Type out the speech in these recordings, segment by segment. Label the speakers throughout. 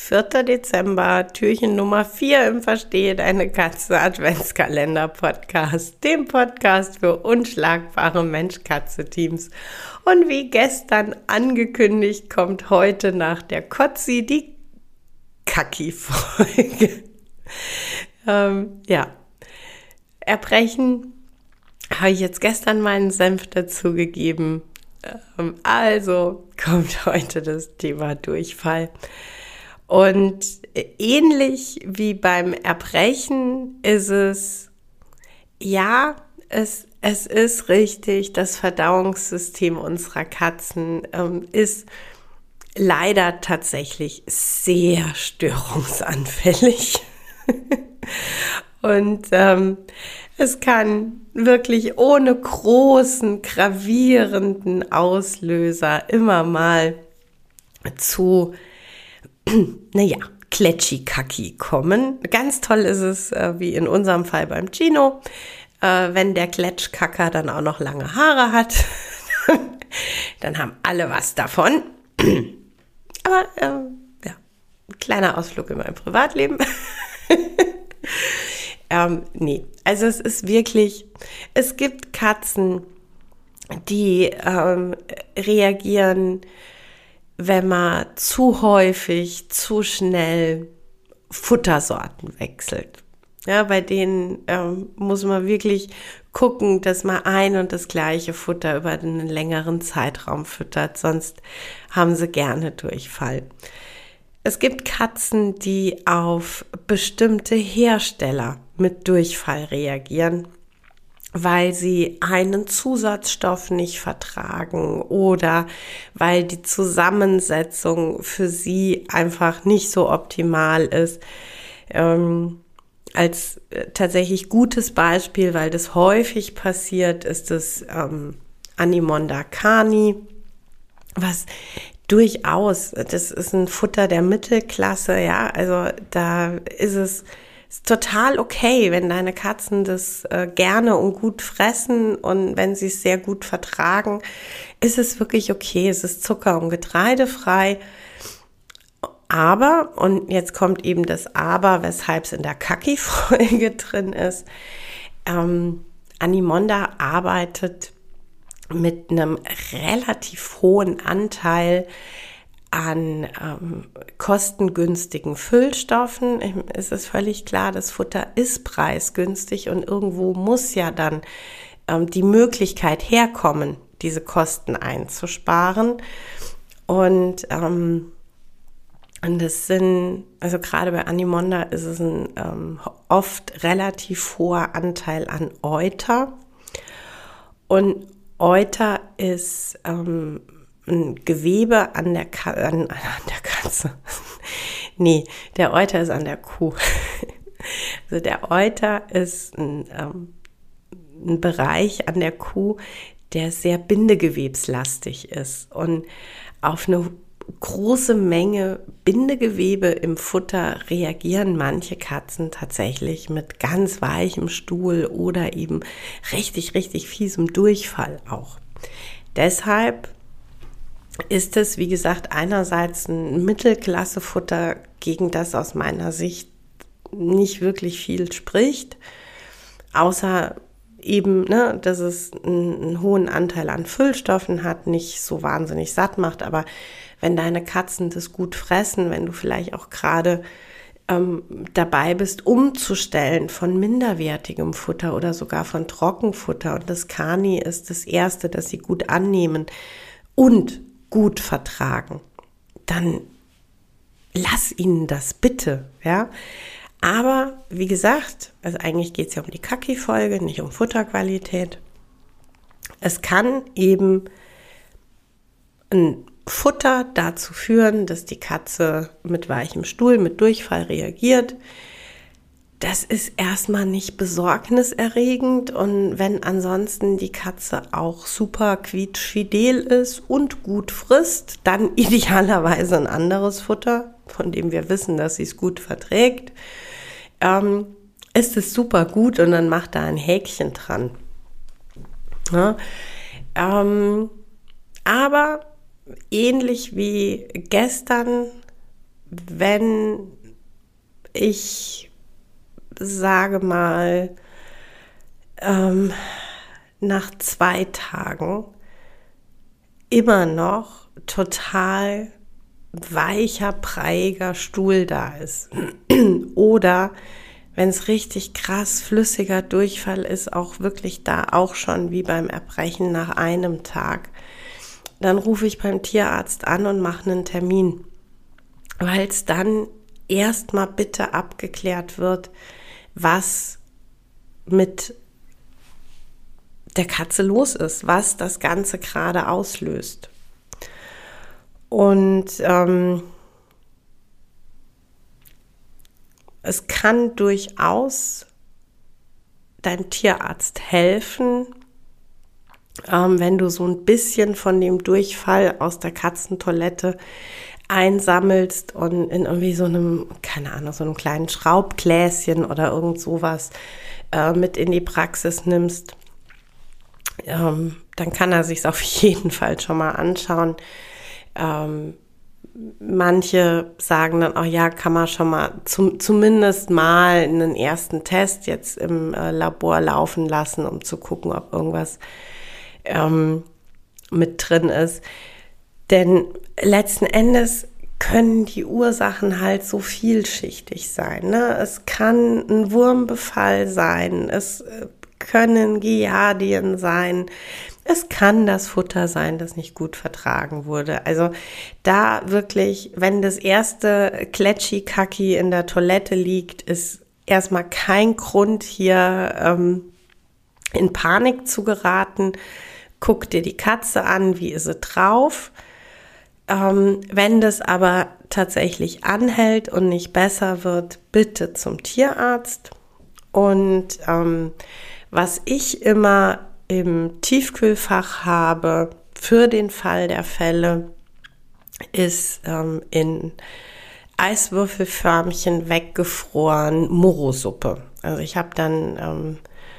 Speaker 1: 4. Dezember, Türchen Nummer 4 im Verstehe deine Katze Adventskalender-Podcast, dem Podcast für unschlagbare Mensch-Katze-Teams. Und wie gestern angekündigt, kommt heute nach der Kotzi die Kacki-Folge. Erbrechen habe ich jetzt gestern meinen Senf dazugegeben. Also kommt heute das Thema Durchfall. Und ähnlich wie beim Erbrechen ist es, es ist richtig, das Verdauungssystem unserer Katzen ist leider tatsächlich sehr störungsanfällig. Und es kann wirklich ohne großen, gravierenden Auslöser immer mal zu, Kletschikacki kommen. Ganz toll ist es, wie in unserem Fall beim Chino, wenn der Kletschkacker dann auch noch lange Haare hat, dann haben alle was davon. Aber kleiner Ausflug in mein Privatleben. Also es ist wirklich, es gibt Katzen, die reagieren, wenn man zu häufig, zu schnell Futtersorten wechselt. Ja, bei denen muss man wirklich gucken, dass man ein und das gleiche Futter über einen längeren Zeitraum füttert, sonst haben sie gerne Durchfall. Es gibt Katzen, die auf bestimmte Hersteller mit Durchfall reagieren, weil sie einen Zusatzstoff nicht vertragen oder weil die Zusammensetzung für sie einfach nicht so optimal ist. Als tatsächlich gutes Beispiel, weil das häufig passiert, ist das Animonda cani, was durchaus, das ist ein Futter der Mittelklasse, ja, also da ist es total okay, wenn deine Katzen das gerne und gut fressen und wenn sie es sehr gut vertragen, ist es wirklich okay, es ist zucker- und getreidefrei. Aber, und jetzt kommt eben das Aber, weshalb es in der Kacki-Folge drin ist, Animonda arbeitet mit einem relativ hohen Anteil an kostengünstigen Füllstoffen. Es ist völlig klar, das Futter ist preisgünstig und irgendwo muss ja dann die Möglichkeit herkommen, diese Kosten einzusparen. Und das sind, also gerade bei Animonda ist es ein oft relativ hoher Anteil an Euter. Und Euter ist ein Gewebe an der Katze. Nee, der Euter ist an der Kuh. Also der Euter ist ein Bereich an der Kuh, der sehr bindegewebslastig ist. Und auf eine große Menge Bindegewebe im Futter reagieren manche Katzen tatsächlich mit ganz weichem Stuhl oder eben richtig, richtig fiesem Durchfall auch. Deshalb ist es, wie gesagt, einerseits ein Mittelklassefutter, gegen das aus meiner Sicht nicht wirklich viel spricht, außer eben, dass es einen hohen Anteil an Füllstoffen hat, nicht so wahnsinnig satt macht, aber wenn deine Katzen das gut fressen, wenn du vielleicht auch gerade dabei bist, umzustellen von minderwertigem Futter oder sogar von Trockenfutter, und das Cani ist das Erste, das sie gut annehmen und gut vertragen, dann lass ihnen das bitte, ja. Aber wie gesagt, also eigentlich geht es ja um die Kacki-Folge, nicht um Futterqualität. Es kann eben ein Futter dazu führen, dass die Katze mit weichem Stuhl, mit Durchfall reagiert. Das ist erstmal nicht besorgniserregend, und wenn ansonsten die Katze auch super quietschfidel ist und gut frisst, dann idealerweise ein anderes Futter, von dem wir wissen, dass sie es gut verträgt, ist es super gut, und dann macht da ein Häkchen dran. Ja, aber ähnlich wie gestern wenn ich sage mal, nach 2 Tagen immer noch total weicher, breiiger Stuhl da ist. Oder wenn es richtig krass flüssiger Durchfall ist, auch wirklich da auch schon wie beim Erbrechen nach einem Tag, dann rufe ich beim Tierarzt an und mache einen Termin, weil es dann erstmal bitte abgeklärt wird, was mit der Katze los ist, was das Ganze gerade auslöst. Und es kann durchaus deinem Tierarzt helfen, wenn du so ein bisschen von dem Durchfall aus der Katzentoilette einsammelst und in irgendwie so einem, keine Ahnung, so einem kleinen Schraubgläschen oder irgend sowas mit in die Praxis nimmst. Dann kann er sich's auf jeden Fall schon mal anschauen. Manche sagen dann auch, ja, kann man schon mal zumindest mal einen ersten Test jetzt im Labor laufen lassen, um zu gucken, ob irgendwas mit drin ist. Denn letzten Endes können die Ursachen halt so vielschichtig sein, ne? Es kann ein Wurmbefall sein, es können Giardien sein, es kann das Futter sein, das nicht gut vertragen wurde. Also da wirklich, wenn das erste Kletschi-Kacki in der Toilette liegt, ist erstmal kein Grund, hier in Panik zu geraten. Guck dir die Katze an, wie ist sie drauf? Wenn das aber tatsächlich anhält und nicht besser wird, bitte zum Tierarzt. Und was ich immer im Tiefkühlfach habe für den Fall der Fälle, ist in Eiswürfelförmchen weggefroren Morosuppe. Also ich habe dann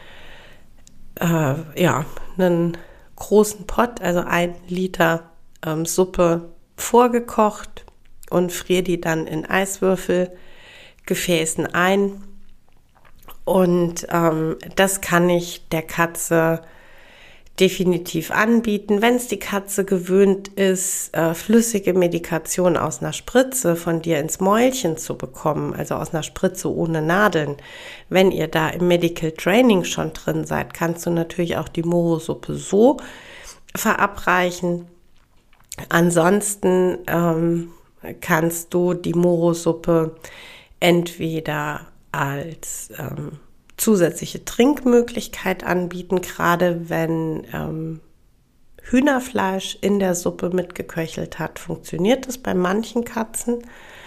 Speaker 1: einen großen Pott, also 1 Liter Suppe vorgekocht und friere die dann in Eiswürfelgefäßen ein. Und das kann ich der Katze definitiv anbieten. Wenn es die Katze gewöhnt ist, flüssige Medikation aus einer Spritze von dir ins Mäulchen zu bekommen, also aus einer Spritze ohne Nadeln. Wenn ihr da im Medical Training schon drin seid, kannst du natürlich auch die Morosuppe so verabreichen. Ansonsten kannst du die Morosuppe entweder als zusätzliche Trinkmöglichkeit anbieten, gerade wenn Hühnerfleisch in der Suppe mitgeköchelt hat, funktioniert das bei manchen Katzen.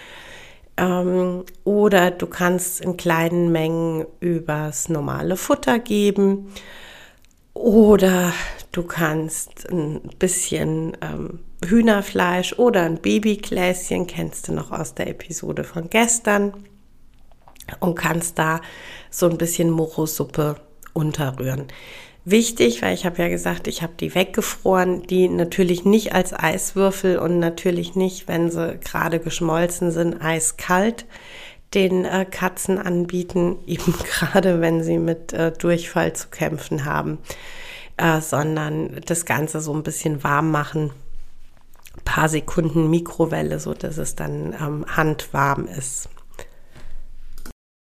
Speaker 1: Oder du kannst in kleinen Mengen übers normale Futter geben. Oder du kannst ein bisschen Hühnerfleisch oder ein Babygläschen, kennst du noch aus der Episode von gestern, und kannst da so ein bisschen Morosuppe unterrühren. Wichtig, weil ich habe ja gesagt, ich habe die weggefroren, die natürlich nicht als Eiswürfel und natürlich nicht, wenn sie gerade geschmolzen sind, eiskalt den Katzen anbieten, eben gerade wenn sie mit Durchfall zu kämpfen haben, sondern das Ganze so ein bisschen warm machen, ein paar Sekunden Mikrowelle, so dass es dann handwarm ist.